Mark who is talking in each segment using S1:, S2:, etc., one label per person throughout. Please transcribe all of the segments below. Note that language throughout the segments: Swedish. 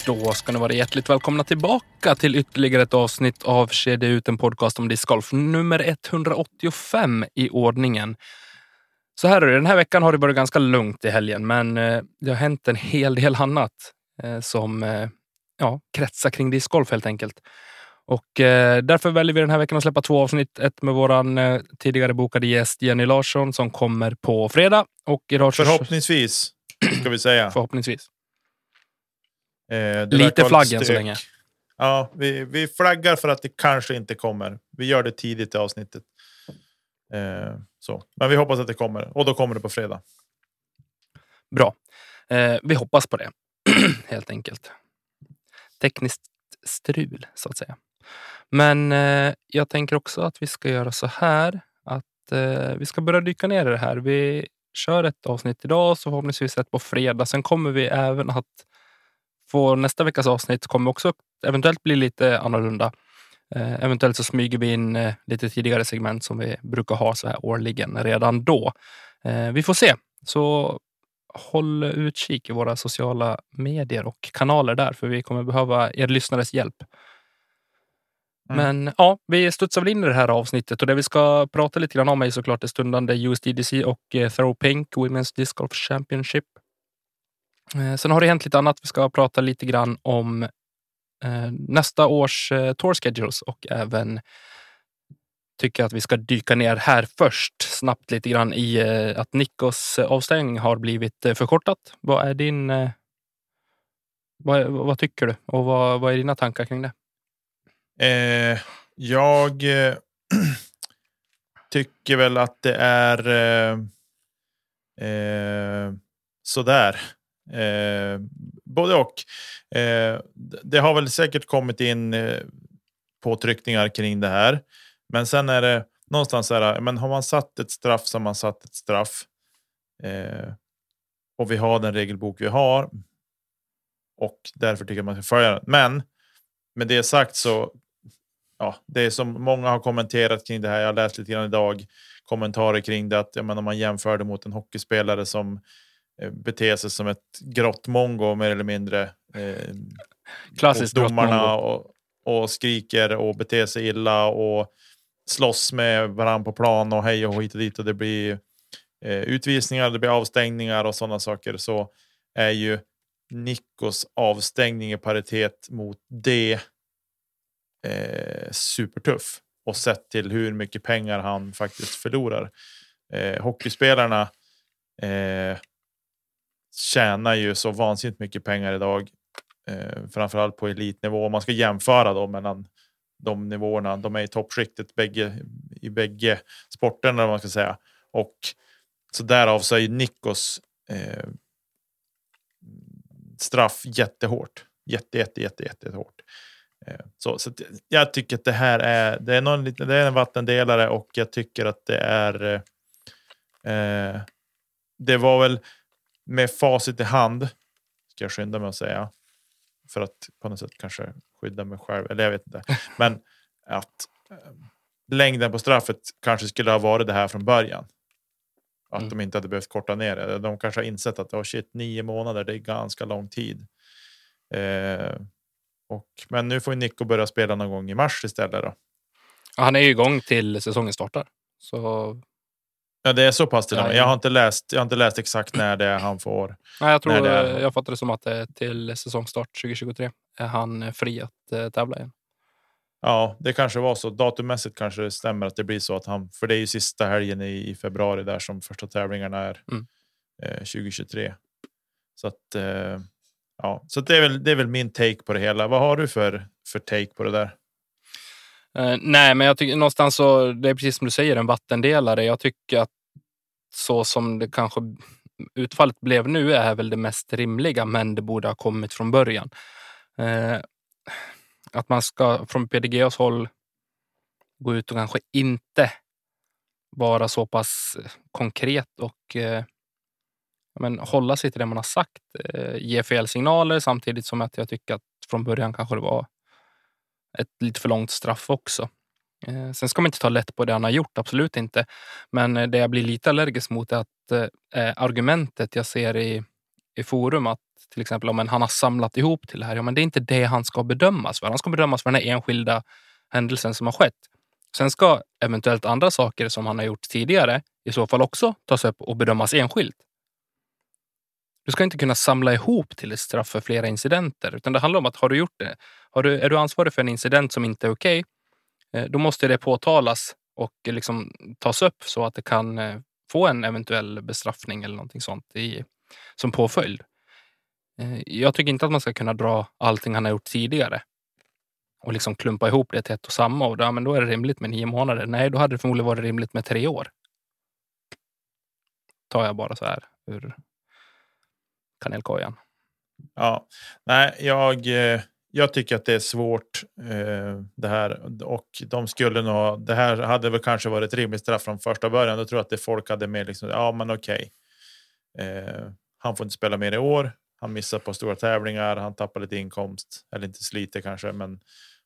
S1: Då ska ni vara hjärtligt välkomna tillbaka till ytterligare ett avsnitt av Kedja ut, en podcast om discgolf nummer 185 i ordningen. Så här är det, den här veckan har det varit ganska lugnt i helgen, men det har hänt en hel del annat som kretsar kring discgolf helt enkelt. Och därför väljer vi den här veckan att släppa 2 avsnitt. Ett med våran tidigare bokade gäst Jenny Larsson som kommer på fredag. Och idag
S2: förhoppningsvis, ska vi säga.
S1: Förhoppningsvis. Lite flaggen så länge.
S2: Ja, vi flaggar för att det kanske inte kommer. Vi gör det tidigt i avsnittet. Så. Men vi hoppas att det kommer. Och då kommer det på fredag.
S1: Bra. Vi hoppas på det. Helt enkelt. Tekniskt strul, så att säga. Men jag tänker också att vi ska göra så här. Att vi ska börja dyka ner i det här. Vi kör ett avsnitt idag, så förhoppningsvis ett på fredag. Sen kommer vi även att få nästa veckas avsnitt kommer också eventuellt bli lite annorlunda. Eventuellt så smyger vi in lite tidigare segment som vi brukar ha så här årligen redan då. Vi får se. Så håll utkik i våra sociala medier och kanaler där, för vi kommer behöva er lyssnares hjälp. Men ja, vi studsar väl in i det här avsnittet, och det vi ska prata lite grann om är såklart det stundande USDGC och Throw Pink Women's Disc Golf Championship. Sen har det hänt lite annat. Vi ska prata lite grann om nästa års tour schedules, och även tycker att vi ska dyka ner här först snabbt lite grann i att Nikos avstängning har blivit förkortat. Vad är din vad tycker du, och vad är dina tankar kring det?
S2: Jag tycker väl att det är sådär. Både och. Det har väl säkert kommit in påtryckningar kring det här. Men sen är det någonstans så här, men har man satt ett straff så har man satt ett straff. Och vi har den regelbok vi har. Och därför tycker jag man ska följa den. Men med det sagt så, ja, det är som många har kommenterat kring det här. Jag har läst lite grann idag kommentarer kring det, att om man jämför det mot en hockeyspelare som beter sig som ett grått mongo mer eller mindre,
S1: klassiskt
S2: domarna och skriker och beter sig illa och slåss med varandra på plan och hej och hit och dit, och det blir utvisningar, det blir avstängningar och sådana saker, så är ju Nikos avstängning i paritet mot det supertuff, och sett till hur mycket pengar han faktiskt förlorar. Hockeyspelarna tjänar ju så vansinnigt mycket pengar idag, framförallt på elitnivå. Om man ska jämföra då mellan de nivåerna, de är i toppskiktet i bägge sporterna, man ska säga. Och så därav så är ju Nikos straff jättehårt, jättehårt. Så jag tycker att det här är en vattendelare, och jag tycker att det är det var väl med facit i hand, ska jag skynda mig att säga, för att på något sätt kanske skydda mig själv, eller jag vet inte, men att längden på straffet kanske skulle ha varit det här från början, att de inte hade behövt korta ner det. De kanske har insett att 9 månader, det är ganska lång tid. Men nu får Nico börja spela någon gång i mars istället då.
S1: Ja, han är ju igång till säsongen startar. Så
S2: ja, det är så pass till och med. Jag har inte läst exakt när det är han får.
S1: Nej, jag tror jag fattar det som att det är till säsongstart 2023 är han fri att tävla igen.
S2: Ja, det kanske var så. Datummässigt kanske det stämmer att det blir så att för det är ju sista helgen i februari där som första tävlingarna är 2023. Så att ja, så det är väl min take på det hela. Vad har du för take på det där?
S1: Nej, men jag tycker någonstans så, det är precis som du säger, en vattendelare. Jag tycker att så som det kanske utfallet blev nu är väl det mest rimliga, men det borde ha kommit från början. Att man ska från PDGs håll gå ut och kanske inte vara så pass konkret och hålla sig till det man har sagt, ge fel signaler, samtidigt som att jag tycker att från början kanske det var ett lite för långt straff också. Sen ska man inte ta lätt på det han har gjort, absolut inte. Men det jag blir lite allergisk mot är att argumentet jag ser i i forum att till exempel om han har samlat ihop till det här, ja, men det är inte det han ska bedömas för. Han ska bedömas för den här enskilda händelsen som har skett. Sen ska eventuellt andra saker som han har gjort tidigare i så fall också tas upp och bedömas enskilt. Du ska inte kunna samla ihop till ett straff för flera incidenter, utan det handlar om att har du gjort det, är du ansvarig för en incident som inte är okej, då måste det påtalas och liksom tas upp så att det kan få en eventuell bestraffning eller någonting sånt som påföljd. Jag tycker inte att man ska kunna dra allting han har gjort tidigare och liksom klumpa ihop det till ett och samma. Och men då är det rimligt med 9 månader. Nej, då hade det förmodligen varit rimligt med 3 år. Tar jag bara så här ur kanelkojan.
S2: Ja, nej, jag tycker att det är svårt det här, och de skulle nog, det här hade väl kanske varit ett rimligt straff från första början. Då tror jag att det folk hade med liksom, ja men okej. Han får inte spela mer i år. Han missar på stora tävlingar. Han tappar lite inkomst, eller inte sliter kanske, men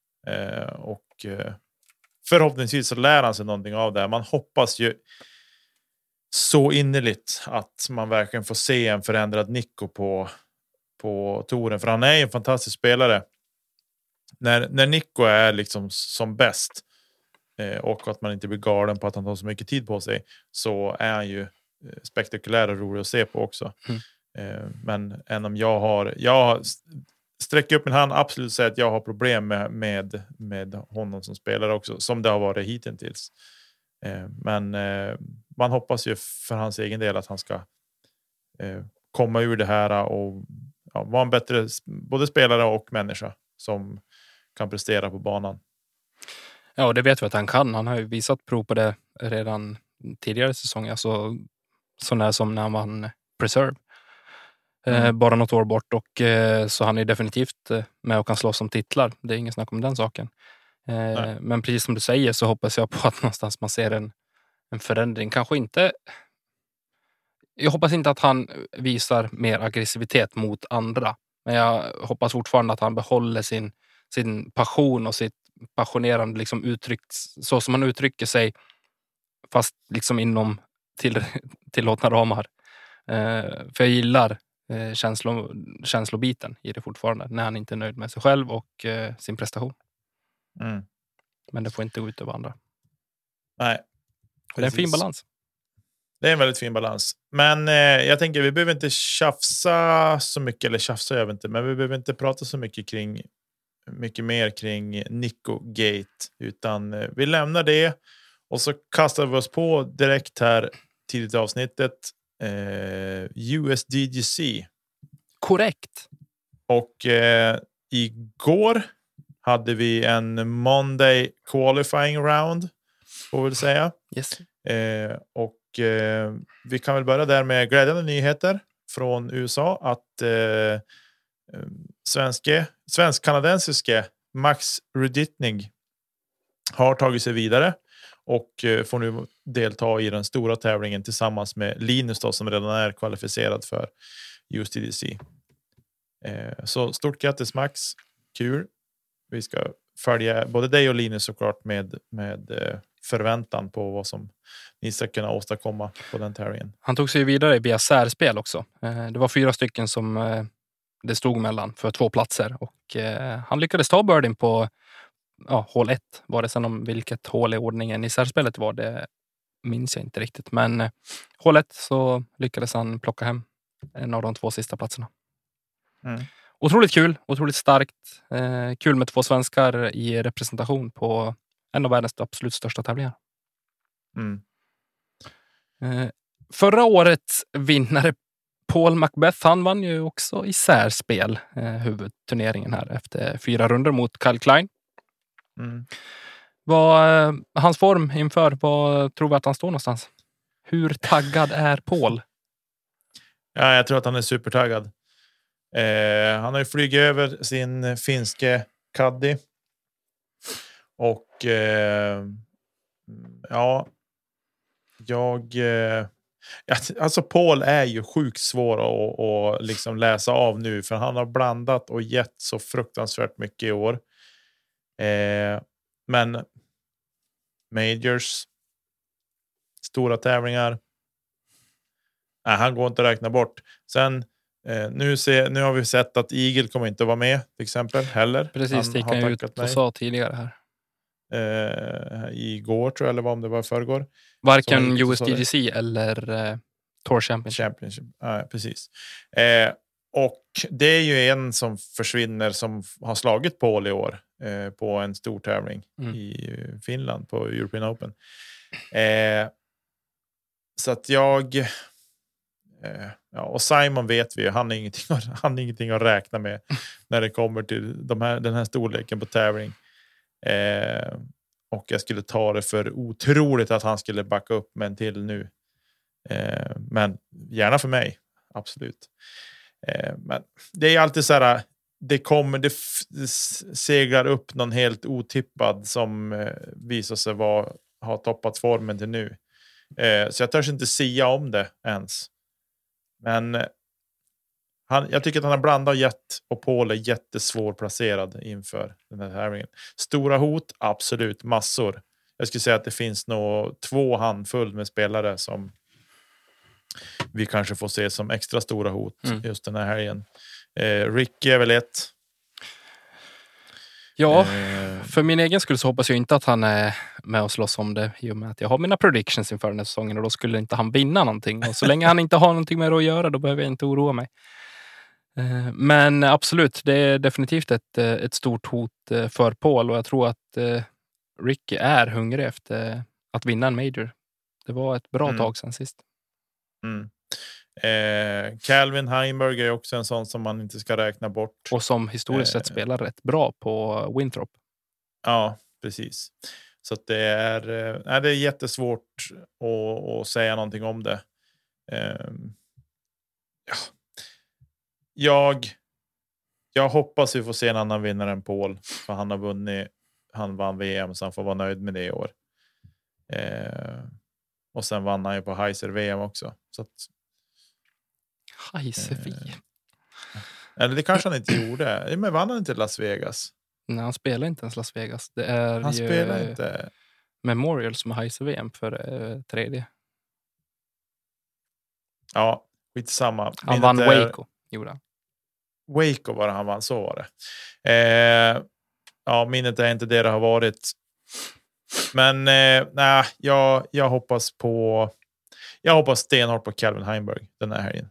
S2: förhoppningsvis så lär han sig någonting av det. Man hoppas ju så innerligt att man verkligen får se en förändrad Nico på touren, för han är en fantastisk spelare. När Nico är liksom som bäst och att man inte blir galen på att han tar så mycket tid på sig, så är han ju spektakulär och rolig att se på också. Men än om jag sträcker upp min hand, absolut säga att jag har problem med honom som spelare också, som det har varit hittills. Men man hoppas ju för hans egen del att han ska komma ur det här och vara en bättre både spelare och människa som kan prestera på banan.
S1: Ja, och det vet vi att han kan. Han har ju visat prov på det redan tidigare säsonger. Alltså så när som när han vann Preserve. Bara något år bort, och så han är definitivt med och kan slåss om titlar. Det är ingen snack om den saken. Men precis som du säger så hoppas jag på att någonstans man ser en förändring. Kanske inte. Jag hoppas inte att han visar mer aggressivitet mot andra. Men jag hoppas fortfarande att han behåller sin passion och sitt passionerande liksom uttryck, så som han uttrycker sig, fast liksom inom tillåtna ramar. För jag gillar känslobiten i det fortfarande, när han inte är nöjd med sig själv och sin prestation. Men det får inte gå ut över andra.
S2: Nej.
S1: Det är en fin balans.
S2: Det är en väldigt fin balans. Men jag tänker vi behöver inte tjafsa så mycket, eller tjafsa jag vet inte, men vi behöver inte prata så mycket mer kring Nico Gate, utan vi lämnar det och så kastar vi oss på direkt här tidigt i avsnittet. USDGC.
S1: Korrekt.
S2: Och igår hade vi en Monday qualifying round, får vi säga.
S1: Yes.
S2: Och vi kan väl börja där med glädjande nyheter från USA att svensk-kanadensiske Max Ruditnig har tagit sig vidare och får nu delta i den stora tävlingen tillsammans med Linus då, som redan är kvalificerad för USDGC. Så stort grattis Max, kul. Vi ska följa både dig och Linus såklart med förväntan på vad som ni ska kunna åstadkomma på den tävlingen.
S1: Han tog sig vidare via särspel också. Det var 4 stycken som det stod mellan för 2 platser, och han lyckades ta birdien på hål 1. Var det sen om vilket hål i ordningen i särspelet var, det minns jag inte riktigt, men hål 1 så lyckades han plocka hem en av de 2 sista platserna. Otroligt kul, otroligt starkt. Kul med 2 svenskar i representation på en av världens absolut största tävlingar. Förra årets vinnare Paul Macbeth, han vann ju också i särspel huvudturneringen här efter 4 runder mot Kyle Klein. Vad hans form inför, vad tror vi att han står någonstans? Hur taggad är Paul?
S2: Ja, jag tror att han är supertaggad. Han har ju flugit över sin finske caddy. Och alltså Paul är ju sjukt svår att liksom läsa av nu, för han har blandat och gett så fruktansvärt mycket i år. Men majors, stora tävlingar, han går inte att räkna bort. Sen Nu har vi sett att Eagle kommer inte vara med till exempel heller.
S1: Precis, det gick han ut och sa tidigare här.
S2: Igår tror jag, eller om det var förrgår.
S1: Varken USDGC eller Tour Championship.
S2: Precis. Och det är ju en som försvinner som har slagit Paul i år på en stor tävling i Finland på European Open. Så att och Simon vet vi, han är ingenting att räkna med när det kommer till den här storleken på tävling. Och jag skulle ta det för otroligt att han skulle backa upp med en till nu. Men gärna för mig, absolut. Men det är alltid så här, det seglar upp någon helt otippad som visar sig ha toppat formen till nu. Så jag törs inte sia om det ens. Men jag tycker att han har blandat Jet och Paul är jättesvårplacerad inför den här tävlingen. Stora hot, absolut, massor. Jag skulle säga att det finns nog 2 handfull med spelare som vi kanske får se som extra stora hot just den här helgen. Ricky är väl ett.
S1: Ja, för min egen skull så hoppas jag inte att han är med och slåss om det i och med att jag har mina predictions inför den här säsongen och då skulle inte han vinna någonting. Och så länge han inte har någonting med det att göra då behöver jag inte oroa mig. Men absolut, det är definitivt ett stort hot för Paul och jag tror att Ricky är hungrig efter att vinna en major. Det var ett bra tag sedan sist.
S2: Calvin Heimberg är också en sån som man inte ska räkna bort.
S1: Och som historiskt sett spelar rätt bra på Winthrop.
S2: Ja, precis. Så att det är jättesvårt att säga någonting om det. Jag hoppas vi får se en annan vinnare än Paul. För han vann VM så han får vara nöjd med det i år. Och sen vann han ju på Heiser VM också. Så att,
S1: Heiser VM?
S2: Eller det kanske han inte gjorde. Men vann han inte Las Vegas?
S1: Nej, han spelar inte ens Las Vegas. Det är
S2: han spelar inte
S1: Memorial som är Heiser VM för tredje.
S2: Ja, skitsamma.
S1: Han vann Waco, gjorde han.
S2: Waco var det han vann, så var det. Ja, minnet är inte det har varit. Men nej, jag hoppas stenhårt på Calvin Heimberg den här helgen.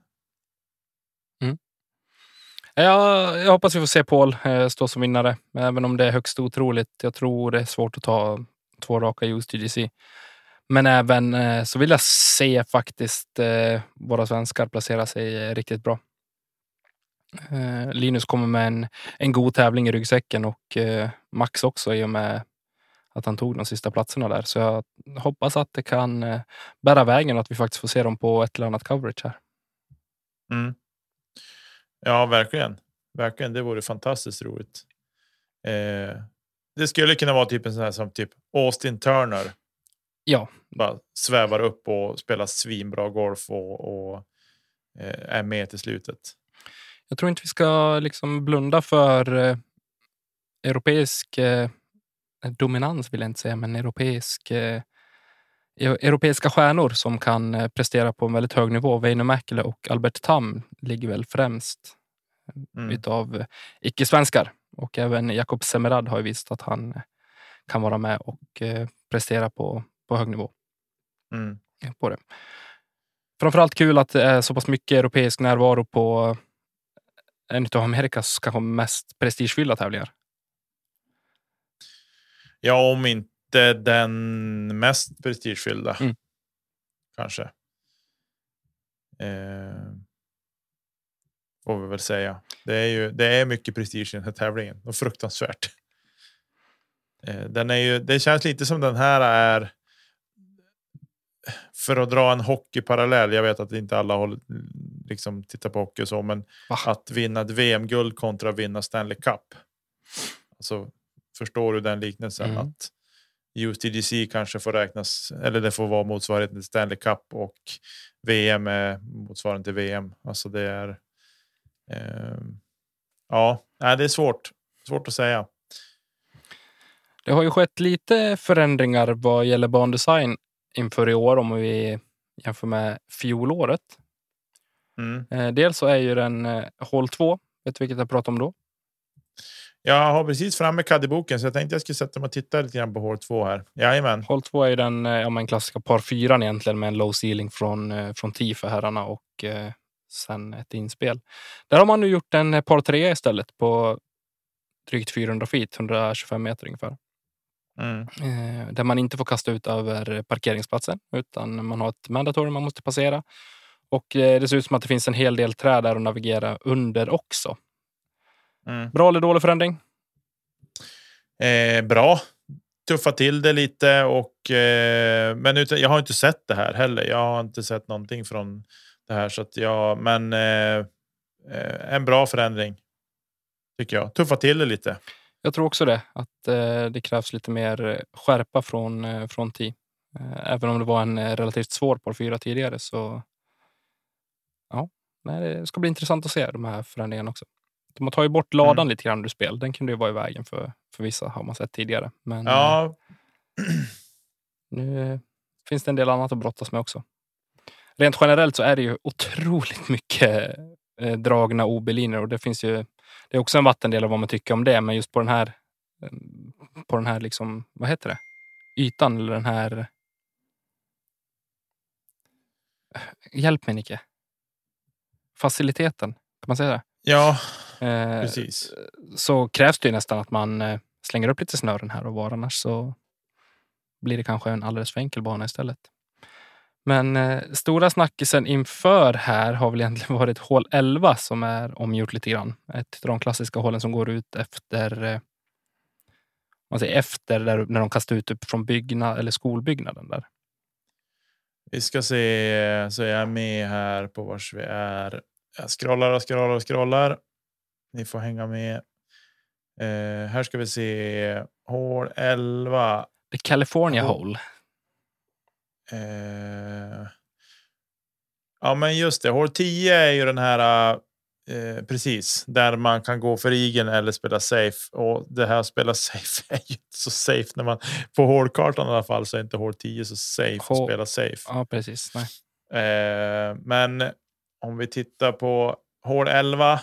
S1: Jag hoppas vi får se Paul stå som vinnare, även om det är högst otroligt. Jag tror det är svårt att ta 2 raka USDGC. Men även så vill jag se faktiskt våra svenskar placera sig riktigt bra. Linus kommer med en god tävling i ryggsäcken och Max också i och med att han tog de sista platserna där. Så jag hoppas att det kan bära vägen och att vi faktiskt får se dem på ett eller annat coverage här.
S2: Ja, verkligen. Verkligen, det vore fantastiskt roligt. Det skulle kunna vara typ en sån här som typ Austin Turner.
S1: Ja.
S2: Bara svävar upp och spelar svinbra golf och är med till slutet.
S1: Jag tror inte vi ska liksom blunda för europeisk dominans vill jag inte säga, men europeiska stjärnor som kan prestera på en väldigt hög nivå. Väinö Mäkelä och Albert Tam ligger väl främst utav icke-svenskar. Och även Jakob Semerad har ju visat att han kan vara med och prestera på hög nivå. På det. Framförallt kul att det är så pass mycket europeisk närvaro på en av Amerikas kanske mest prestigefyllda tävlingar.
S2: Ja, om inte den mest prestigefyllda. Kanske. Får vi väl säga. Det är mycket prestige i den här tävlingen. Och fruktansvärt. Det känns lite som den här är, för att dra en hockeyparallell. Jag vet att inte alla liksom tittar på hockey och så, men att vinna ett VM-guld kontra att vinna Stanley Cup. Alltså, förstår du den liknelsen? Att USDGC kanske får räknas, eller det får vara motsvarigheten till Stanley Cup och VM är motsvarande till VM. Alltså det är det är svårt att säga.
S1: Det har ju skett lite förändringar vad gäller bandesign inför i år om vi jämför med fjolåret. Dels så är ju den hål 2. Vet du vilket jag pratar om då?
S2: Jag har precis framme caddyboken så jag tänkte jag skulle sätta mig och titta lite grann på hål 2 här. Jajamän.
S1: Hål 2 är ju den klassiska par 4 egentligen med en low ceiling från tee för herrarna och sen ett inspel. Där har man nu gjort en par 3 istället på drygt 400 feet, 125 meter ungefär. Där man inte får kasta ut över parkeringsplatsen utan man har ett mandatorium man måste passera. Och det ser ut som att det finns en hel del träd där att navigera under också. Bra eller dålig förändring?
S2: Bra. Tuffa till det lite och men jag har inte sett det här heller. Jag har inte sett någonting från det här så att en bra förändring tycker jag. Tuffa till det lite.
S1: Jag tror också det. Att det krävs lite mer skärpa från tee. Även om det var en relativt svår par 4 tidigare så det ska bli intressant att se de här förändringarna också. De har tagit bort ladan lite grann ur spel. Den kunde ju vara i vägen för vissa har man sett tidigare. Men nu finns det en del annat att brottas med också. Rent generellt så är det ju otroligt mycket dragna OB-linjer och det är också en vattendel av vad man tycker om det, men just på den här liksom, vad heter det? Ytan eller den här hjälp mig Nicke. Faciliteten, kan man säga det?
S2: Ja, precis.
S1: Så krävs det ju nästan att man slänger upp lite snören här och var, annars så blir det kanske en alldeles för enkel bana istället. Men stora snackisen inför här har väl egentligen varit hål 11 som är omgjort lite grann. Ett av de klassiska hålen som går ut efter där när de kastar ut upp från byggnad eller skolbyggnaden där.
S2: Vi ska se så jag är med här på vars vi är. Jag scrollar. Ni får hänga med. Här ska vi se hål 11.
S1: The California Hole.
S2: Ja men just det, hål 10 är ju den här precis där man kan gå för igen eller spela safe, och det här spela safe är ju inte så safe när man på hålkartan i alla fall, så är inte hål 10 så safe att spela safe.
S1: Ja precis, nej.
S2: Men om vi tittar på hål 11,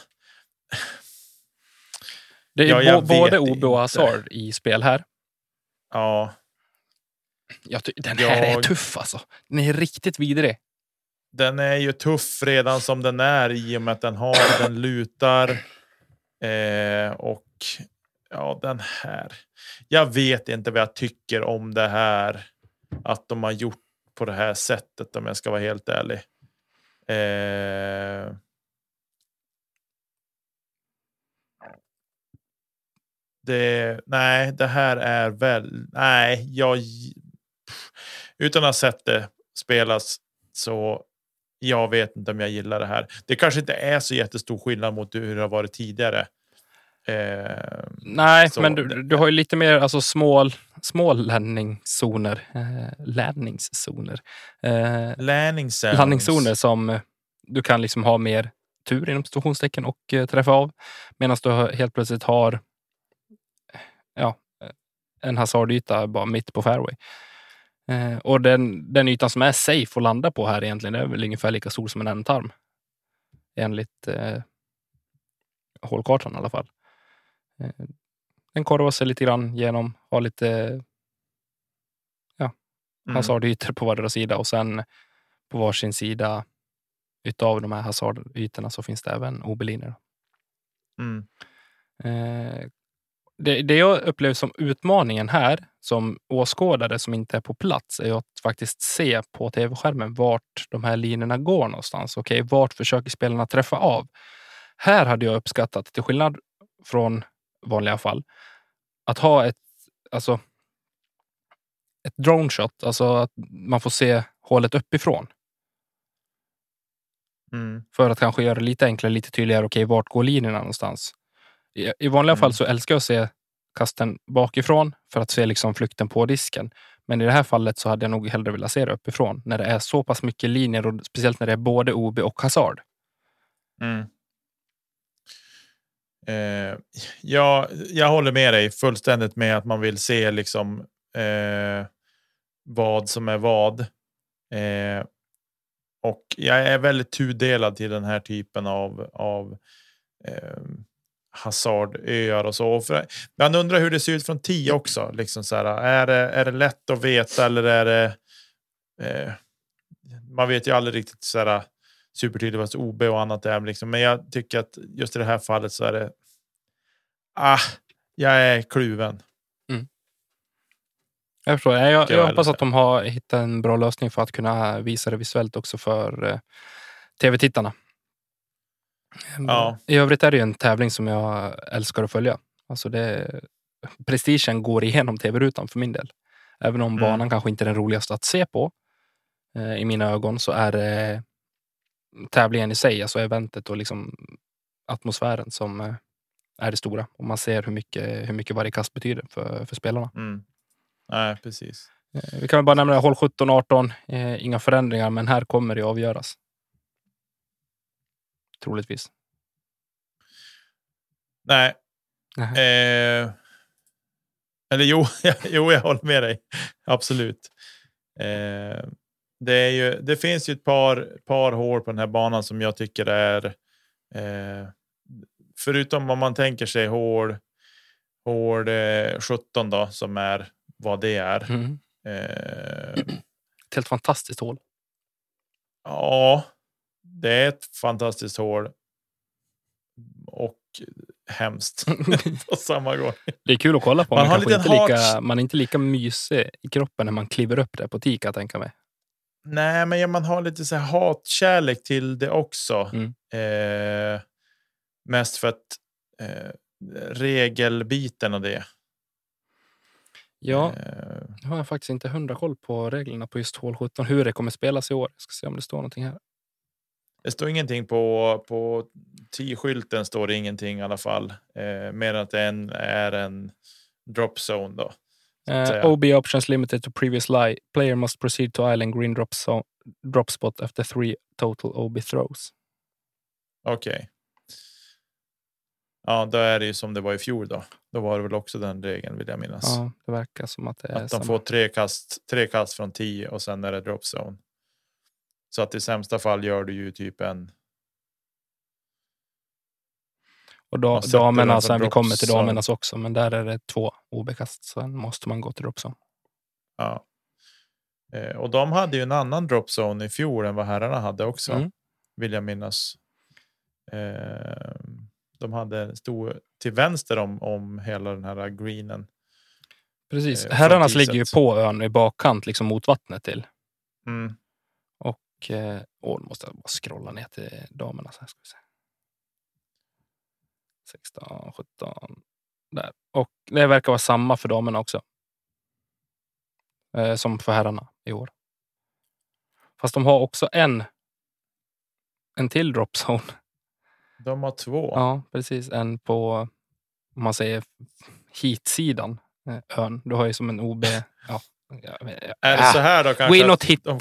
S1: det är både OB och Hazard i spel här.
S2: Ja.
S1: Den här är tuff alltså. Den är riktigt vidrig.
S2: Den är ju tuff redan som den är i och med att den lutar. Och ja, den här. Jag vet inte vad jag tycker om det här. Att de har gjort på det här sättet, om jag ska vara helt ärlig. Det här är väl... Nej, utan att ha sett det spelas så jag vet inte om jag gillar det här. Det kanske inte är så jättestor skillnad mot hur det har varit tidigare.
S1: Nej, men du har ju lite mer alltså små landningszoner. Landningszoner som du kan liksom ha mer tur inom situationstecken och träffa av. Medan du helt plötsligt har en hazardyta bara mitt på fairway. Och den ytan som är safe att landa på här egentligen är väl ungefär lika stor som en ändtarm. Enligt hålkartan i alla fall. Den korvar sig lite grann genom, har lite hazardytor på vardera sida, och sen på varsin sida utav de här hazardytorna så finns det även OB-linjer. Det jag upplever som utmaningen här som åskådare som inte är på plats är att faktiskt se på tv-skärmen vart de här linjerna går någonstans. Okej, vart försöker spelarna träffa av? Här hade jag uppskattat, till skillnad från vanliga fall, att ha ett drone shot, alltså att man får se hålet uppifrån. För att kanske göra det lite enklare, lite tydligare, okej, vart går linjerna någonstans? I vanliga fall så älskar jag att se kasten bakifrån för att se liksom flykten på disken. Men i det här fallet så hade jag nog hellre velat se det uppifrån. När det är så pass mycket linjer, och speciellt när det är både OB och Hazard.
S2: Jag håller med dig fullständigt med att man vill se liksom vad som är vad. Och jag är väldigt tudelad till den här typen av hasardöar och så. Man undrar hur det ser ut från 10 också. Liksom så här, är det lätt att veta eller är det... man vet ju aldrig riktigt så här, supertydligt vad OB och annat är. Liksom. Men jag tycker att just i det här fallet så är det... jag är kluven.
S1: Jag förstår. Jag hoppas att de har hittat en bra lösning för att kunna visa det visuellt också för tv-tittarna.
S2: Ja.
S1: I övrigt är det ju en tävling som jag älskar att följa. Alltså prestigen går igenom tv-rutan för min del. Även om banan kanske inte är den roligaste att se på i mina ögon, så är det tävlingen i sig, alltså eventet och liksom atmosfären som är det stora. Och man ser hur mycket varje kast betyder för spelarna.
S2: Nej, precis.
S1: Vi kan bara nämna håll 17-18. Inga förändringar, men här kommer det avgöras. Troligtvis.
S2: Nej. Eller jo, jag håller med dig. Absolut. Det finns ju ett par hål på den här banan som jag tycker är förutom om man tänker sig hål 17 då, som är vad det är.
S1: Ett helt fantastiskt hål.
S2: Ja, det är ett fantastiskt hål. Och hemskt på samma gång.
S1: Det är kul att kolla på. Man är inte lika mysig i kroppen när man kliver upp där på Tika, tänker jag mig.
S2: Nej, men man har lite så här hatkärlek till det också. Mest för att regelbiten av det.
S1: Ja, jag har faktiskt inte 100 koll på reglerna på just hål 17. Hur det kommer spelas i år. Jag ska se om det står någonting här.
S2: Det står ingenting på 10-skylten, står det ingenting i alla fall. Mer än att det är en drop zone då.
S1: OB options limited to previous lie. Player must proceed to island green drop spot after 3 total OB throws.
S2: Okej. Ja, då är det ju som det var i fjol då. Då var det väl också den regeln, vill jag minnas.
S1: Ja, det verkar som att det är
S2: att de får 3 kast från 10 och sen är det drop zone. Så att i sämsta fall gör du ju typ en...
S1: Och damerna, sen vi kommer till damernas också, men där är det 2 OB-kast. Sen måste man gå till drop zone.
S2: Ja. Och de hade ju en annan drop zone i fjol än vad herrarna hade också. Vill jag minnas. De stod till vänster om hela den här greenen.
S1: Precis. Herrarnas ligger ju på ön i bakkant, liksom mot vattnet till. Och nu måste jag bara scrolla ner till damerna. Så här ska vi se. 16, 17. Där. Och det verkar vara samma för damerna också. Som för herrarna i år. Fast de har också en till drop zone.
S2: De har 2.
S1: Ja, precis. En på, om man säger, hitsidan ön. Du har ju som en OB. Ja.
S2: Är det så här då kanske?
S1: Gå in och titta.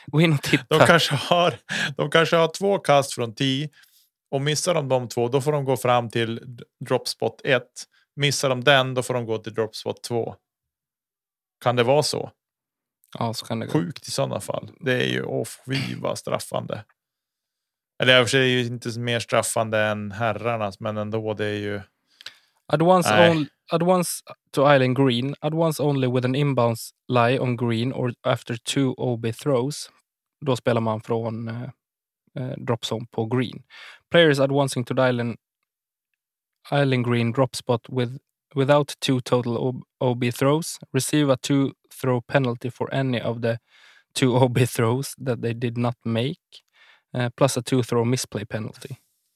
S2: De kanske har 2 kast från 10. Och missar de 2, då får de gå fram till dropspot 1. Missar de den, då får de gå till dropspot 2. Kan det vara så?
S1: Ja, så kan det gå.
S2: Sjukt i sådana fall. Det är ju vad straffande. Eller i och för sig är det ju inte mer straffande än herrarnas, men ändå det är ju...
S1: Advance to island green. Advance only with an inbounds lie on green or after 2 OB throws. Då spelar man från drop zone på green. Players advancing to the island green drop spot without 2 total OB throws receive a 2 throw penalty for any of the 2 OB throws that they did not make plus a 2 throw misplay penalty.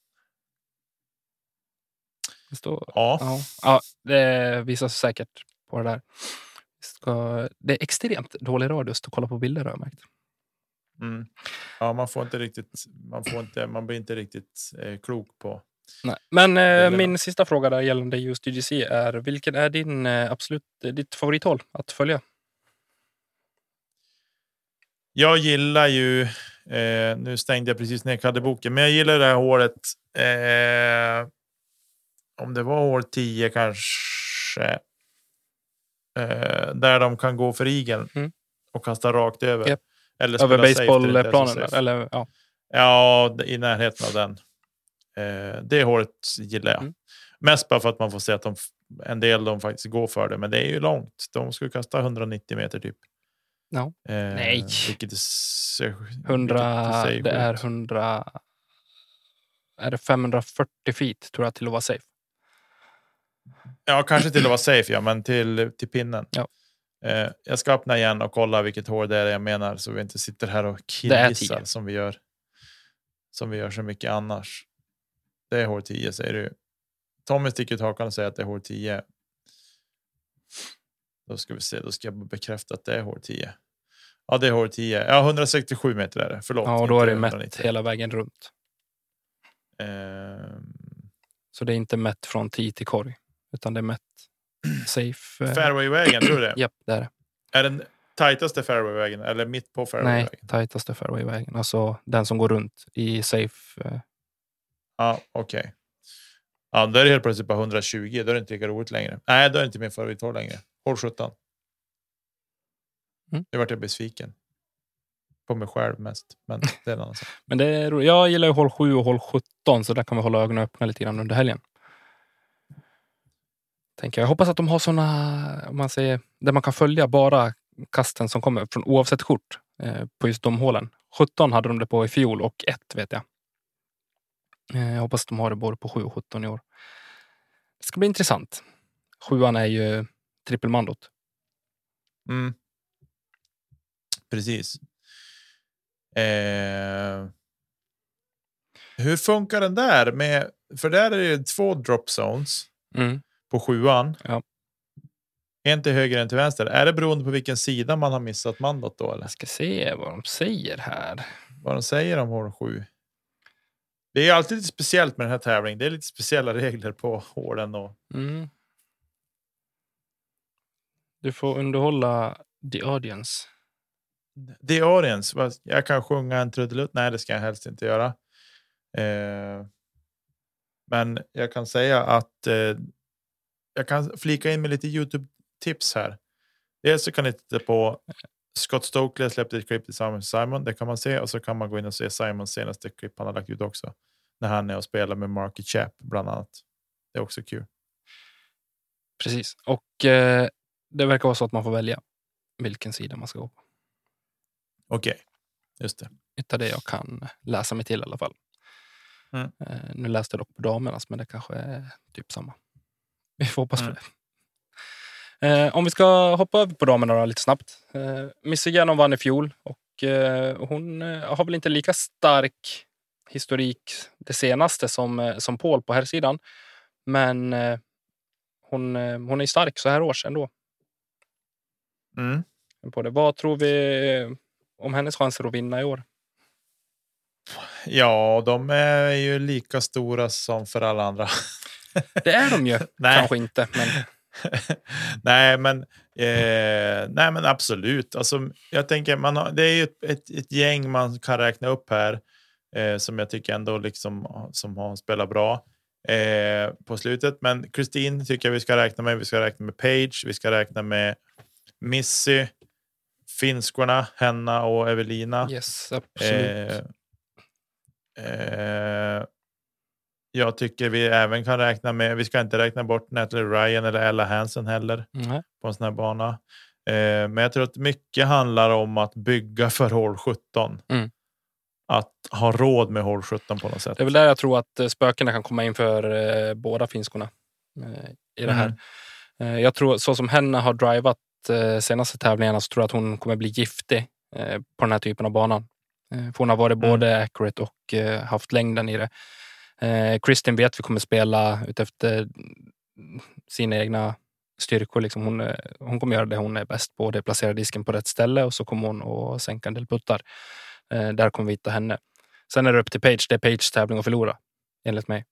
S1: Det står, ja, det visar sig säkert på det där. Det är extremt dålig radio att kolla på bilder, har jag märkt.
S2: Ja, man blir inte riktigt klok på.
S1: Nej. Men min sista fråga där gällande just UGC är, vilken är ditt favorithåll att följa?
S2: Jag gillar ju nu stängde jag precis ner kaddeboken, men jag gillar det här hålet om det var hål 10 kanske där de kan gå för igeln och kasta rakt över.
S1: Yep.
S2: Eller
S1: över
S2: spela safe,
S1: baseballplanen
S2: det är så
S1: där, eller ja.
S2: Ja, i närheten av den. Det håret gillar jag.
S1: Mm.
S2: Mest bara för att man får se att en del de faktiskt går för det. Men det är ju långt. De skulle kasta 190 meter typ.
S1: No. Nej.
S2: Vilket är
S1: 100,
S2: vilket
S1: det är
S2: ut.
S1: 100... Är det 540 feet tror jag till att vara safe?
S2: Ja, kanske till att vara safe, ja, men till pinnen.
S1: Ja.
S2: Jag ska öppna igen och kolla vilket hår det är jag menar, så vi inte sitter här och killgissar som vi gör så mycket annars. Det är hår 10, säger du. Tommy sticker ut hakan och säger att det är hår 10. Då ska vi se, då ska jag bekräfta att det är hår 10. Ja, det är hår 10. Ja, 167 meter är det. Förlåt.
S1: Ja, och då är det
S2: 190.
S1: mätt hela vägen runt. Så det är inte mätt från 10 till korg, utan det är mätt safe.
S2: Fairway-vägen, tror du det?
S1: Japp, det är det.
S2: Är den tajtaste fairway-vägen eller mitt på fairway-vägen?
S1: Nej, tajtaste fairway-vägen. Alltså den som går runt i safe.
S2: Ja, okej. Ja, då är det helt plötsligt bara 120. Då är det inte lika roligt längre. Nej, då är det inte min favorithåll längre. Håll 17. Nu vart jag besviken. På mig själv mest. Men det är en annan sak.
S1: Men det är, jag gillar ju håll 7 och håll 17, så där kan vi hålla ögonen öppna lite grann under helgen. Jag hoppas att de har såna, om man säger, där man kan följa bara kasten som kommer från oavsett kort på just de hålen. 17 hade de det på i fjol och 1 vet jag. Jag hoppas att de har det både på 7 och 17 i år. Det ska bli intressant. 7an är ju trippelmandot.
S2: Mm. Precis. Hur funkar den där med, för där är det 2 drop zones på 7an.
S1: Ja.
S2: En till höger, en till vänster. Är det beroende på vilken sida man har missat mandot då, eller?
S1: Jag ska se vad de säger här.
S2: Vad de säger om hål 7. Det är alltid lite speciellt med den här tävlingen. Det är lite speciella regler på hålen och...
S1: Du får underhålla the audience.
S2: The audience. Jag kan sjunga en trudelutt. Nej, det ska jag helst inte göra. Men jag kan säga att jag kan flika in med lite YouTube-tips här. Dels så kan ni titta på Scott Stokely släppte ett klipp tillsammans med Simon. Det kan man se. Och så kan man gå in och se Simons senaste klipp han har lagt ut också. När han är och spelar med Marky Chap bland annat. Det är också kul.
S1: Precis. Och det verkar vara så att man får välja vilken sida man ska gå på.
S2: Okej, just det.
S1: Utav det jag kan läsa mig till i alla fall. Nu läste jag dock på damernas, men det kanske är typ samma. Vi får hoppas på det. Om vi ska hoppa över på damerna då, lite snabbt. Missy Gannon vann i fjol och hon har väl inte lika stark historik det senaste som Paul på här sidan. Men hon är stark så här års ändå. På det. Vad tror vi om hennes chanser att vinna i år?
S2: Ja, de är ju lika stora som för alla andra.
S1: Det är de ju. Kanske inte, men...
S2: nej, men absolut. Alltså, jag tänker, det är ju ett gäng man kan räkna upp här som jag tycker ändå liksom, som har spelat bra på slutet. Men Christine tycker jag vi ska räkna med. Vi ska räkna med Paige. Vi ska räkna med Missy, finskorna, Henna och Evelina.
S1: Yes, absolut.
S2: Jag tycker vi även kan räkna med, vi ska inte räkna bort Natalie Ryan eller Ella Hansen heller på en sån här bana. Men jag tror att mycket handlar om att bygga för hål 17. Att ha råd med hål 17 på något sätt.
S1: Det är väl där jag tror att spökena kan komma in för båda finskorna i det här. Jag tror, så som Henna har drivat senaste tävlingarna, så tror jag att hon kommer bli giftig på den här typen av banan. För hon har varit både accurate och haft längden i det. Kristin vet vi kommer spela utefter sina egna styrkor. Liksom hon kommer göra det hon är bäst på. Det är placera disken på rätt ställe och så kommer hon att sänka en del puttar. Där kommer vi hitta henne. Sen är det upp till Paige. Det är Paige tävling att förlora, enligt mig.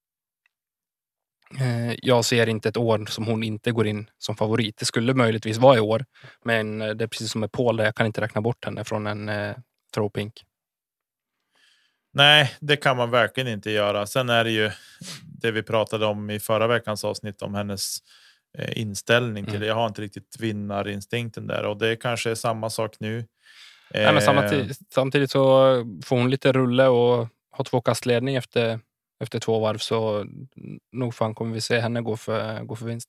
S1: Jag ser inte ett år som hon inte går in som favorit. Det skulle möjligtvis vara i år. Men det är precis som med Paul där jag kan inte räkna bort henne från en throw-pink.
S2: Nej, det kan man verkligen inte göra. Sen är det ju det vi pratade om i förra veckans avsnitt om hennes inställning till det. Jag har inte riktigt vinnarinstinkten där och det kanske är samma sak nu.
S1: Nej, men samtidigt så får hon lite rulle och har 2 kastledning efter 2 varv, så nog fan kommer vi se henne gå för vinst.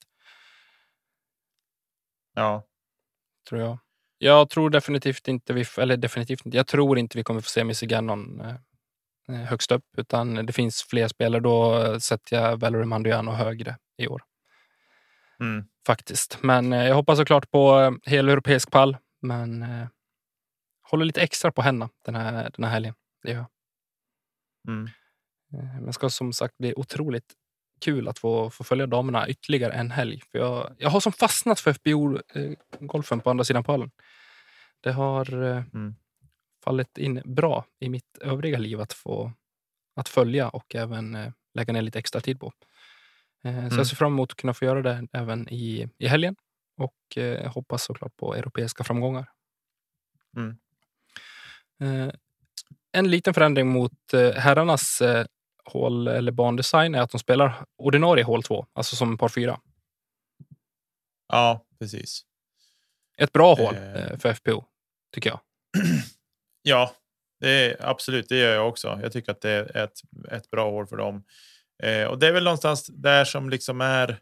S2: Ja.
S1: Tror jag. Jag tror definitivt inte jag tror inte vi kommer få se Missy Gannon högst upp, utan det finns fler spelare. Då sätter jag Valerie Manduano högre i år. Faktiskt. Men jag hoppas såklart på hela europeisk pall, men håller lite extra på henne den här helgen. Det gör jag. Men ska som sagt bli otroligt kul att få följa damerna ytterligare en helg. För jag har som fastnat för FBO-golfen på andra sidan pallen. Det har fallit in bra i mitt övriga liv att följa och även lägga ner lite extra tid på. Så jag ser fram emot att kunna få göra det även i helgen. Och hoppas såklart på europeiska framgångar. En liten förändring mot herrarnas hål eller bandesign är att de spelar ordinarie hål 2, alltså som par 4.
S2: Ja, precis.
S1: Ett bra hål för FPO, tycker jag.
S2: Ja, det är absolut, det gör jag också. Jag tycker att det är ett bra hål för dem. Och det är väl någonstans där som liksom är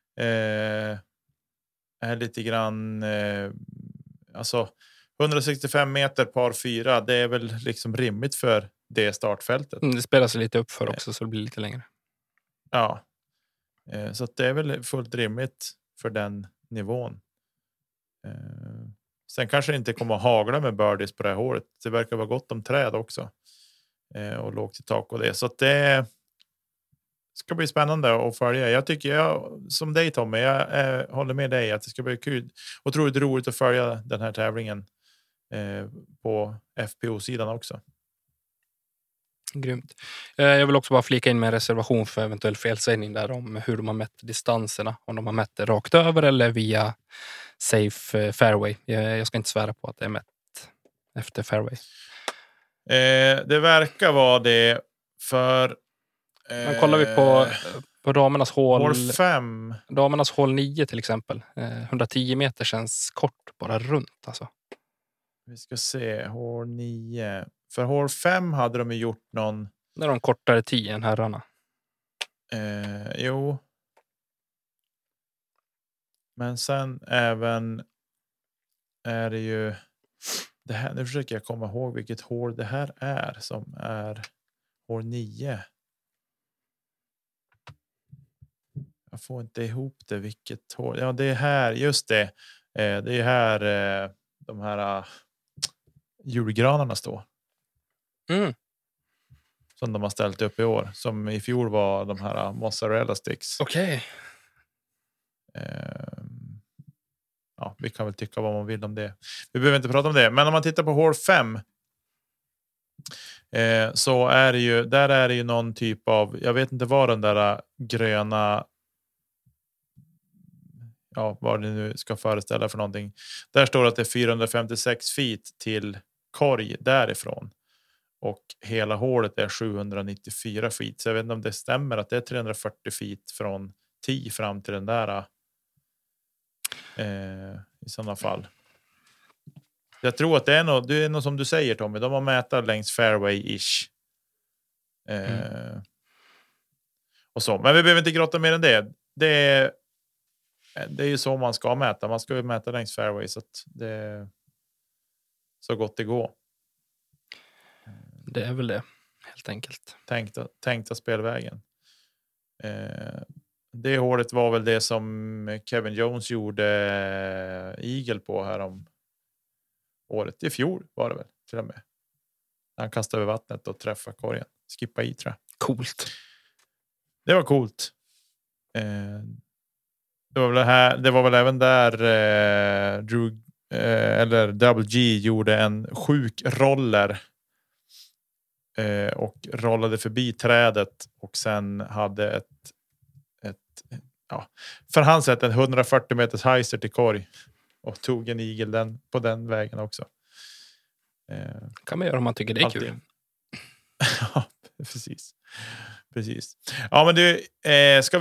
S2: lite grann alltså 165 meter par 4, det är väl liksom rimligt för det startfältet.
S1: Det spelar sig lite upp för också, så det blir lite längre.
S2: Ja, så att det är väl fullt rimligt för den nivån. Sen kanske det inte kommer att hagla med birdies på det här hålet. Det verkar vara gott om träd också. Och lågt i tak och det. Så att det ska bli spännande att följa. Jag tycker som dig Tommy, jag håller med dig att det ska bli kul. Otroligt roligt att följa den här tävlingen på FPO-sidan också.
S1: Grymt. Jag vill också bara flika in med en reservation för eventuell felsägning där om hur de har mätt distanserna. Om de har mätt det rakt över eller via safe fairway. Jag ska inte svära på att det är mätt efter fairway.
S2: Det verkar vara det för...
S1: Men kollar vi på damernas hål
S2: 5.
S1: Damernas hål 9 till exempel. 110 meter känns kort bara runt alltså.
S2: Vi ska se, hål 9. För hål 5 hade de ju gjort någon...
S1: Det är de kortare 10 än herrarna.
S2: Jo. Men sen även är det ju... Det här, nu försöker jag komma ihåg vilket hål det här är som är hål 9. Jag får inte ihop det, vilket hål. Ja, det är här, just det. Det är här de här julgranarna står. Som de har ställt upp i år. Som i fjol var de här mozzarella sticks.
S1: Okej.
S2: Ja, vi kan väl tycka vad man vill om det. Vi behöver inte prata om det. Men om man tittar på hål 5. Så är det ju. Där är det ju någon typ av. Jag vet inte vad den där gröna. Ja, vad det nu ska föreställa för någonting. Där står att det är 456 feet till korg därifrån. Och hela hålet är 794 feet. Så jag vet inte om det stämmer att det är 340 feet från 10 fram till den där. I sådana fall. Jag tror att det är något som du säger Tommy. De har mätat längs fairway-ish. Och så. Men vi behöver inte grotta mer än det. Det är ju så man ska mäta. Man ska ju mäta längs fairway så att det är så gott det går.
S1: Det är väl det, helt enkelt.
S2: Tänkta spelvägen. Det hålet var väl det som Kevin Jones gjorde eagle på här om året. I fjol var det väl till och med. Han kastade över vattnet och träffade korgen. Skippa i tror jag.
S1: Coolt.
S2: Det var coolt. Det var väl även där Drew eller Double G gjorde en sjuk roller och rollade förbi trädet och sen hade ett för hans sätt en 140 meters heiser till korg och tog en eagle på den vägen också.
S1: Kan man göra om man tycker det är kul.
S2: Ja, precis. Ja, men du, ska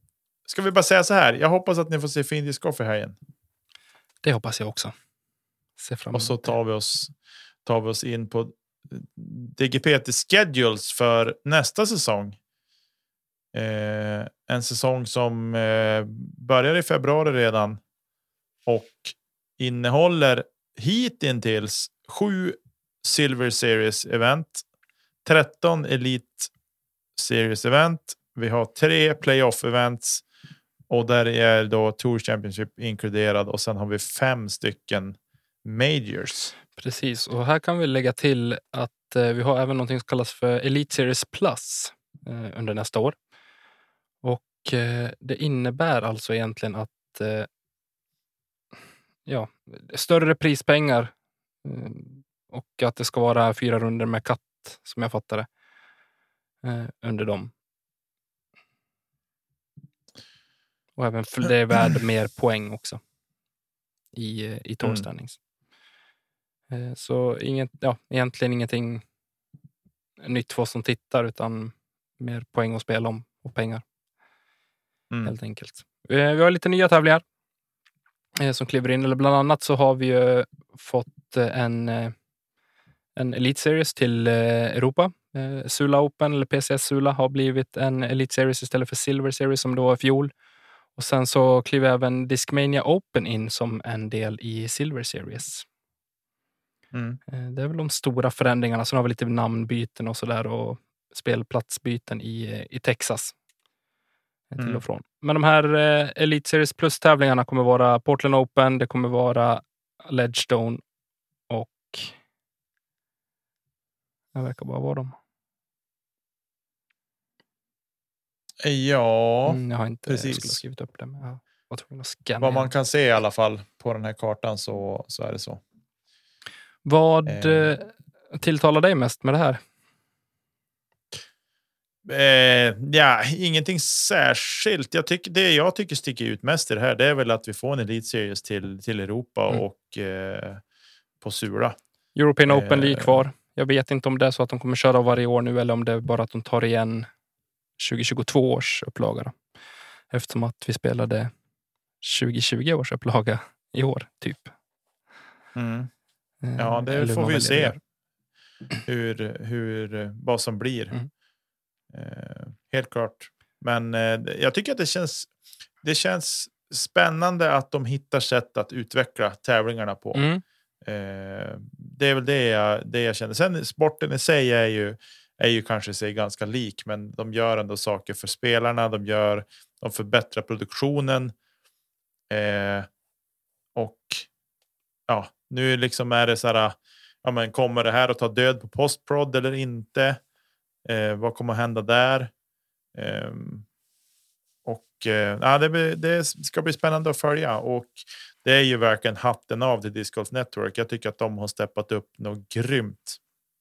S2: vi bara säga så här. Jag hoppas att ni får se fin discgolf i helgen.
S1: Det hoppas jag också. Se fram
S2: Och så
S1: emot
S2: tar vi oss in på DGPT schedules för nästa säsong. En säsong som börjar i februari redan och innehåller hittills 7 Silver Series event, 13 Elite Series event. Vi har 3 playoff events och där är då Tour Championship inkluderad och sen har vi 5 stycken majors.
S1: Precis, och här kan vi lägga till att vi har även något som kallas för Elite Series Plus under nästa år. Och det innebär alltså egentligen att större prispengar och att det ska vara 4 runder med katt som jag fattar det under dem. Och även för det är värd mer poäng också i tour standings. Så egentligen ingenting nytt för oss som tittar utan mer poäng att spela om och pengar. Helt enkelt. Vi har lite nya tävlingar som kliver in. Eller bland annat så har vi ju fått en Elite Series till Europa. Sula Open eller PCS Sula har blivit en Elite Series istället för Silver Series som då var i fjol. Och sen så kliver även Discmania Open in som en del i Silver Series. Det är väl de stora förändringarna. Sen har vi lite namnbyten och sådär och spelplatsbyten i Texas. Till och från. Men de här Elite Series Plus-tävlingarna kommer vara Portland Open, det kommer vara Ledgestone och det verkar bara vara dem.
S2: Ja,
S1: jag har inte
S2: precis.
S1: skrivit upp det, men jag var tvungen att scanna.
S2: Vad man kan se i alla fall på den här kartan så är det så.
S1: Vad tilltalar dig mest med det här?
S2: Ingenting särskilt. Jag tycker sticker ut mest i det här. Det är väl att vi får en Elite Series till Europa och på Sula.
S1: European Open ligger kvar. Jag vet inte om det är så att de kommer köra varje år nu eller om det är bara att de tar igen 2022 års upplaga då. Eftersom att vi spelade 2020 års upplaga i år typ.
S2: Ja, det får vi se hur vad som blir. Helt klart. Men jag tycker att det känns spännande att de hittar sätt att utveckla tävlingarna på. Det är väl det jag känner. Sen sporten i sig är ju kanske sig ganska lik, men de gör ändå saker för spelarna. De förbättrar produktionen. Och ja, nu liksom är det så här, ja, men kommer det här att ta död på postprod eller inte? Vad kommer att hända där? Det ska bli spännande att följa och det är ju verkligen hatten av till Disc Golf Network. Jag tycker att de har steppat upp något grymt.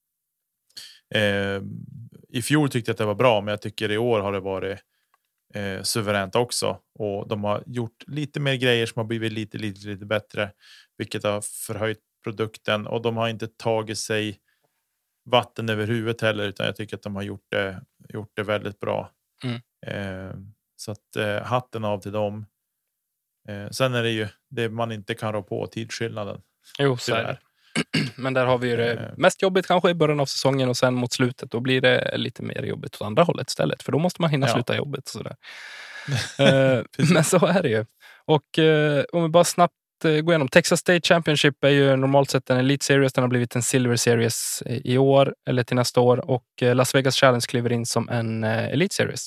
S2: I fjol tyckte jag att det var bra, men jag tycker i år har det varit suveränt också. Och de har gjort lite mer grejer som har blivit lite bättre, vilket har förhöjt produkten. Och de har inte tagit sig vatten över huvudet heller, utan jag tycker att de har gjort det väldigt bra. Så att hatten av till dem. Sen är det ju det man inte kan rå på, tidsskillnaden.
S1: Jo, så är det. Men där har vi ju det mest jobbigt kanske i början av säsongen och sen mot slutet då blir det lite mer jobbigt åt andra hållet istället. För då måste man hinna sluta jobbet och sådär. Men så är det ju. Och om vi bara snabbt går igenom. Texas State Championship är ju normalt sett en Elite Series. Den har blivit en Silver Series i år eller till nästa år. Och Las Vegas Challenge kliver in som en Elite Series.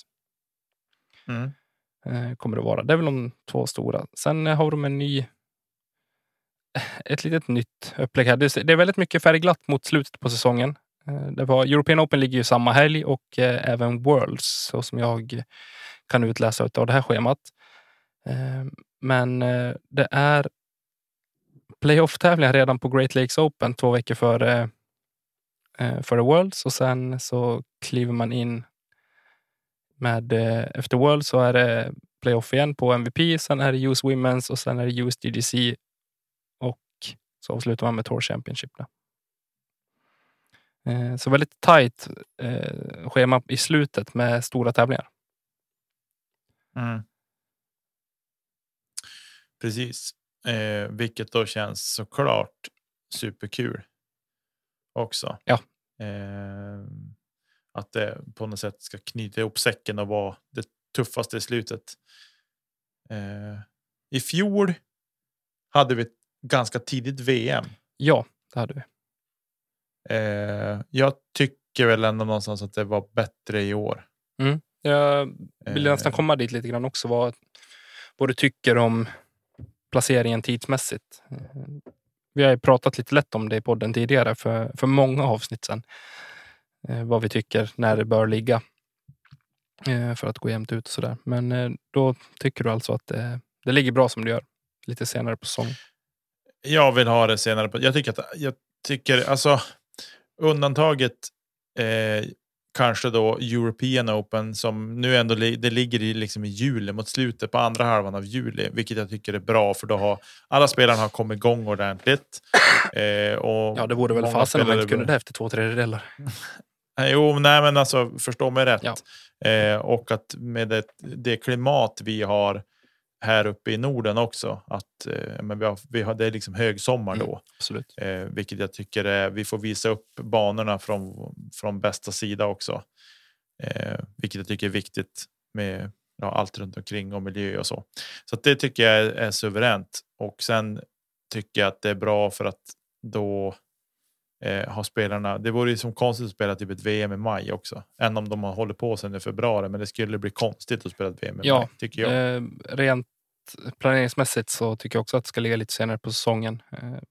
S1: Kommer det vara. Det är väl de 2 stora. Sen har de ett litet nytt upplägg här. Det är väldigt mycket färgglatt mot slutet på säsongen. European Open ligger ju samma helg och även Worlds, så som jag kan utläsa av det här schemat. Men det är playoff-tävlingar redan på Great Lakes Open 2 veckor före Worlds, och sen så kliver man in med efter Worlds så är det playoff igen på MVP, sen är det US Women's och sen är det US DGC och så avslutar man med Tour Championship där. Så väldigt tight schema i slutet med stora tävlingar.
S2: Precis. Vilket då känns såklart superkul också.
S1: Ja.
S2: Att det på något sätt ska knyta ihop säcken och vara det tuffaste i slutet. I fjol hade vi ett ganska tidigt VM.
S1: Ja, det hade vi.
S2: Jag tycker väl ändå någonstans att det var bättre i år.
S1: Jag vill nästan komma dit lite grann också. Vad du tycker om placeringen tidsmässigt. Vi har ju pratat lite lätt om det i podden tidigare för många avsnitt sedan. Vad vi tycker när det bör ligga. För att gå jämnt ut och sådär. Men då tycker du alltså att det ligger bra som det gör. Lite senare på säsongen. Jag
S2: vill ha det senare på. Jag tycker alltså undantaget kanske då European Open som nu ändå det ligger i juli mot slutet på andra halvan av juli, vilket jag tycker är bra för då har alla spelarna har kommit igång ordentligt. Och
S1: det vore väl fasen om man inte kunde det efter 2/3.
S2: Jo, nej men alltså förstå mig rätt. Ja. Och att med det klimat vi har här uppe i Norden också att men vi har det är liksom högsommar då.
S1: Absolut.
S2: Vilket jag tycker vi får visa upp banorna från bästa sida också. Vilket jag tycker är viktigt med allt runt omkring och miljö och så. Så att det tycker jag är suveränt. Och sen tycker jag att det är bra för att då har spelarna, det vore ju som konstigt att spela typ ett VM i maj också. Än om de har hållit på sen i februari, men det skulle bli konstigt att spela ett VM i maj, tycker jag.
S1: Rent planeringsmässigt så tycker jag också att det ska ligga lite senare på säsongen.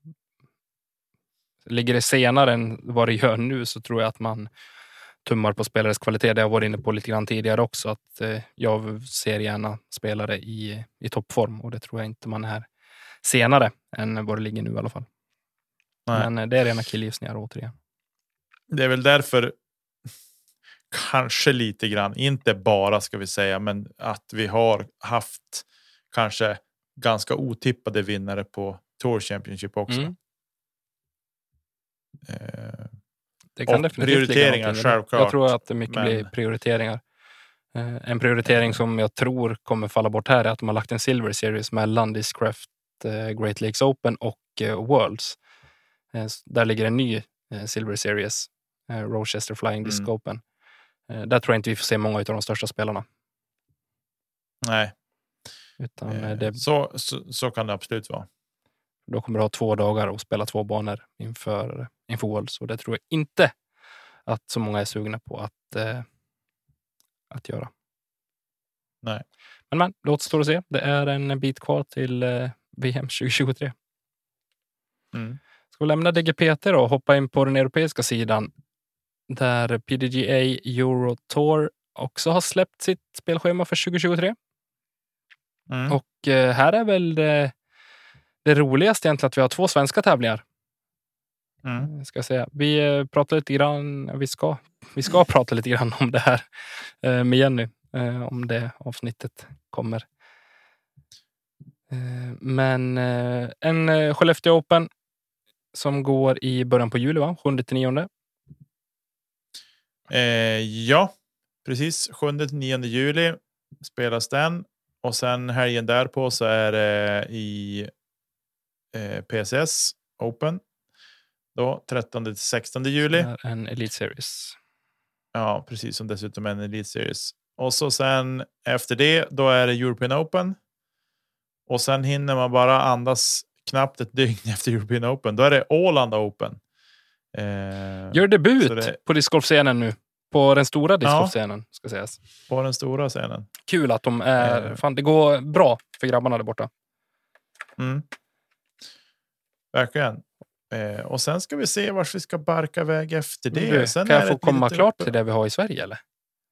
S1: Ligger det senare än vad det gör nu så tror jag att man tummar på spelares kvalitet. Det har jag varit inne på lite grann tidigare också. Att jag ser gärna spelare i toppform och det tror jag inte man är senare än vad det ligger nu i alla fall. Nej. Men det är rena killgissningar återigen.
S2: Det är väl därför kanske lite grann, inte bara ska vi säga, men att vi har haft kanske ganska otippade vinnare på Tour Championship också.
S1: Det kan
S2: och prioriteringar självklart.
S1: Jag tror att det mycket blir prioriteringar. En prioritering som jag tror kommer falla bort här är att de har lagt en Silver Series mellan Discraft, Great Lakes Open och Worlds. Där ligger en ny Silver Series, Rochester Flying Disc Open. Där tror jag inte vi får se många av de största spelarna.
S2: Nej.
S1: Utan
S2: så kan det absolut vara.
S1: Då kommer du ha 2 dagar och spela 2 banor inför Worlds. Och det tror jag inte att så många är sugna på att göra.
S2: Nej.
S1: Men det återstår att se. Det är en bit kvar till VM 2023. Ska vi lämna DGPT då och hoppa in på den europeiska sidan. Där PDGA Euro Tour också har släppt sitt spelschema för 2023. Och här är väl det roligaste egentligen att vi har 2 svenska tävlingar. Ska jag säga. Vi pratar lite grann, vi ska prata lite grann om det här med Jenny. Om det avsnittet kommer. Men en Skellefteå Open som går i början på juli, va? 7-9.
S2: Ja, precis. 7-9 juli spelas den. Och sen helgen därpå så är det i PSS Open. Då 13-16 juli.
S1: En Elite Series.
S2: Ja, precis. Som dessutom är en Elite Series. Och så sen efter det, då är det European Open. Och sen hinner man bara andas knappt ett dygn efter European Open. Då är det Åland Open.
S1: Gör debut på discgolfscenen nu. På den stora discgolfscenen, ska sägas.
S2: På den stora scenen.
S1: Kul att de är... Fan, det går bra för grabbarna där borta.
S2: Verkligen. Och sen ska vi se vart vi ska barka iväg efter det. Sen
S1: kan jag få komma klart till det vi har i Sverige, eller?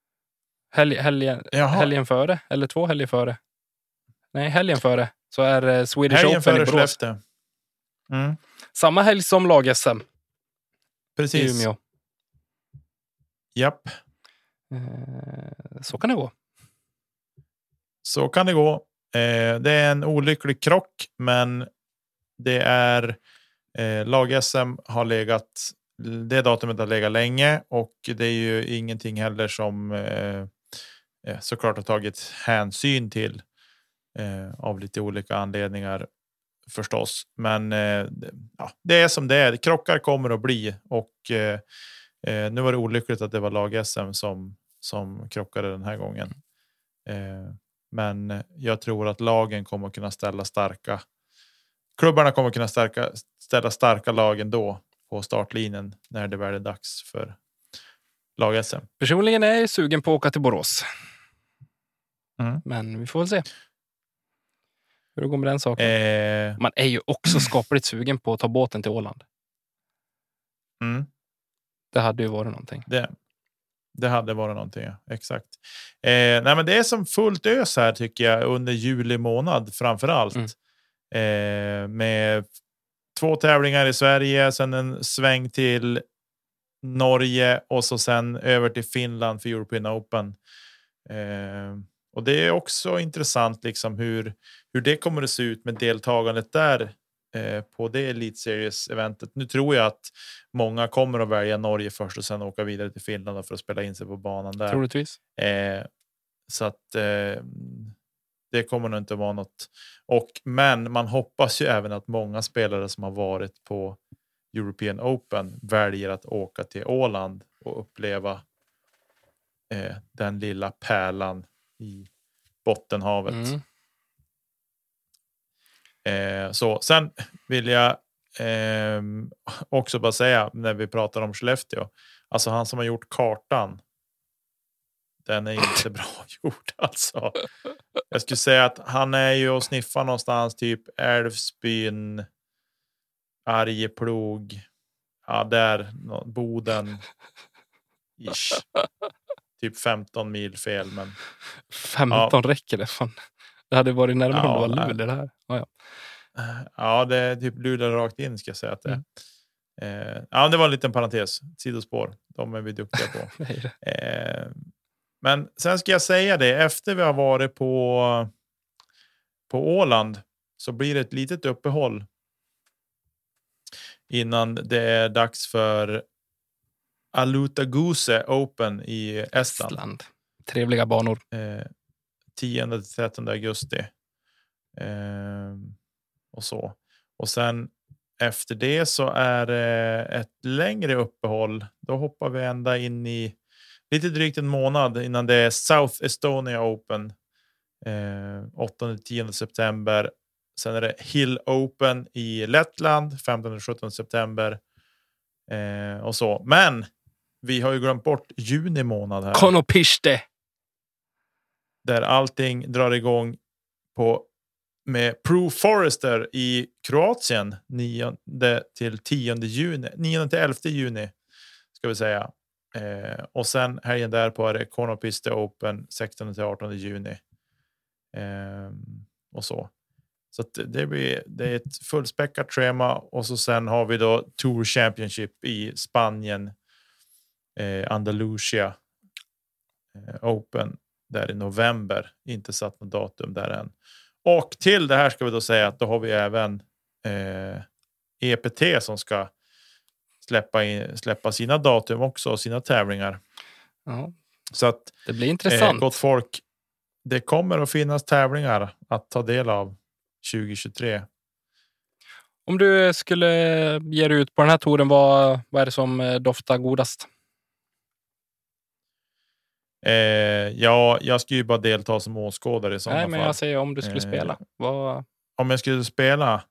S1: Helgen före? Eller 2 helger före? Nej, helgen före. Så är Swedish
S2: helgen
S1: Open i Borås. Samma helg som lag-SM.
S2: Precis.
S1: I Umeå.
S2: Japp.
S1: Så kan det gå.
S2: Så kan det gå. Det är en olycklig krock, men det är lag-SM har legat, det datumet har legat länge och det är ju ingenting heller som såklart har tagit hänsyn till av lite olika anledningar förstås. Men ja, det är som det är. Krockar kommer att bli. Och nu var det olyckligt att det var lag-SM som krockade den här gången. Men jag tror att lagen kommer att kunna ställa starka. Klubbarna kommer att kunna ställa starka lag ändå på startlinjen när det väl är dags för lag-SM.
S1: Personligen är jag sugen på att åka till Borås. Men vi får väl se hur det går med den saken. Man är ju också skapligt sugen på att ta båten till Åland. Det hade ju varit någonting.
S2: Det hade varit någonting, ja. Exakt. Nej, men det är som fullt ös här tycker jag under juli månad framförallt. Med 2 tävlingar i Sverige, sen en sväng till Norge och så sen över till Finland för European Open. Och det är också intressant liksom hur det kommer att se ut med deltagandet där på det Elite Series-eventet. Nu tror jag att många kommer att välja Norge först och sen åka vidare till Finland för att spela in sig på banan där.
S1: Troligtvis.
S2: Så att det kommer nog inte vara något. Men man hoppas ju även att många spelare som har varit på European Open väljer att åka till Åland och uppleva den lilla pärlan i Bottenhavet. Så sen vill jag också bara säga när vi pratar om Skellefteå, alltså han som har gjort kartan, den är inte bra gjord alltså. Jag skulle säga att han är ju och sniffar någonstans typ Älvsbyn, Arjeplog, ja där Boden ish. Typ 15 mil fel, men
S1: 15 räcker det fan. Det hade varit närmare om det var Luleå det här.
S2: Ja, det är typ Luleå rakt in ska jag säga att det ja, det var en liten parentes, sidospår. De är vi duktiga på. Men sen ska jag säga det, efter vi har varit på Åland så blir det ett litet uppehåll innan det är dags för Alutaguse Open i Estland.
S1: Trevliga banor.
S2: 10-13 augusti. Och så. Och sen efter det så är det ett längre uppehåll. Då hoppar vi ända in i lite drygt en månad innan det är South Estonia Open. 8-10 september. Sen är det Hill Open i Lettland 15-17 september. Och så. Men vi har ju glömt bort juni månad här.
S1: Konopiste.
S2: Där allting drar igång med Pro Forester i Kroatien 9 till 10 juni. 9 till 11 juni ska vi säga. Och sen helgen där på är det Konopiste Open 16 till 18 juni. Och så. Så att det är ett fullspäckat schema. Och så sen har vi då Tour Championship i Spanien. Andalusia Open där i november. Inte satt något datum där än. Och till det här ska vi då säga att då har vi även EPT som ska släppa sina datum också och sina tävlingar.
S1: Ja.
S2: Så att
S1: det blir intressant.
S2: Gott folk, det kommer att finnas tävlingar att ta del av 2023.
S1: Om du skulle ge dig ut på den här touren, vad är det som doftar godast?
S2: Ja, jag skulle ju bara delta som åskådare i sådana fall.
S1: Men jag säger om du skulle spela.
S2: Om jag skulle spela?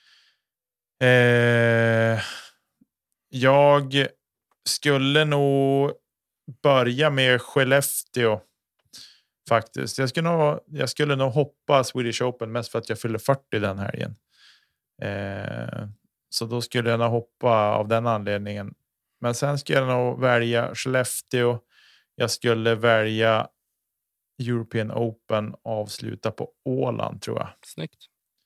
S2: Jag skulle nog börja med Skellefteå. Faktiskt. Jag skulle nog hoppa Swedish Open mest för att jag fyller 40 den helgen. Så då skulle jag nog hoppa av den anledningen. Men sen skulle jag nog välja Skellefteå. Jag skulle välja European Open avsluta på Åland tror jag.
S1: Snyggt.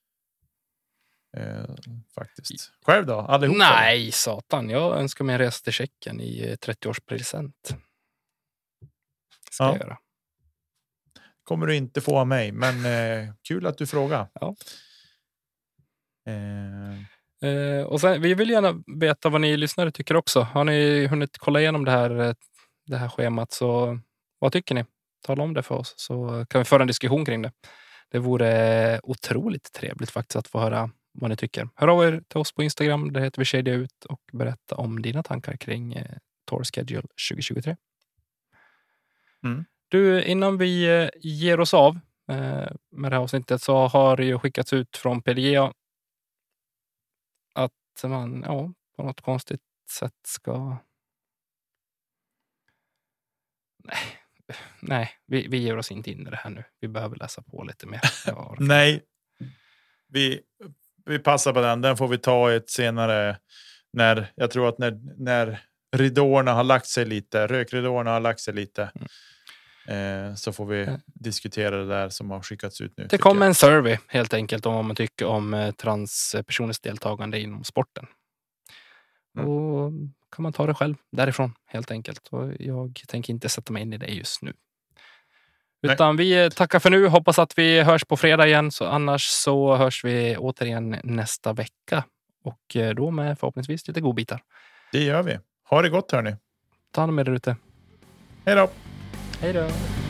S2: Faktiskt. Själv då? Allihopa?
S1: Nej, satan. Jag önskar mig en resa till Tjeckien i 30-årspresent. Ska jag göra.
S2: Kommer du inte få av mig, men kul att du frågar.
S1: Ja. Och sen, vi vill gärna veta vad ni lyssnare tycker också. Har ni hunnit kolla igenom det här schemat, så vad tycker ni? Tala om det för oss så kan vi föra en diskussion kring det. Det vore otroligt trevligt faktiskt att få höra vad ni tycker. Hör av er till oss på Instagram. Där heter vi Kedja Ut och berätta om dina tankar kring Tour Schedule 2023. Du, innan vi ger oss av med det här avsnittet så har det ju skickats ut från PDGA att man på något konstigt sätt ska... Nej, vi ger oss inte in i det här nu. Vi behöver läsa på lite mer.
S2: Nej, vi passar på den. Den får vi ta ett senare jag tror att när ridåerna har lagt sig lite, rökridåerna har lagt sig lite, så får vi diskutera det där som har skickats ut nu.
S1: Det kommer en survey helt enkelt om vad man tycker om transpersoners deltagande inom sporten. Och kan man ta det själv därifrån helt enkelt. Och jag tänker inte sätta mig in i det just nu. Utan vi tackar för nu. Hoppas att vi hörs på fredag igen. Så annars så hörs vi återigen nästa vecka. Och då med förhoppningsvis lite godbitar.
S2: Det gör vi. Ha det gott hörni.
S1: Ta hand om er där ute.
S2: Hej då.
S1: Hej då.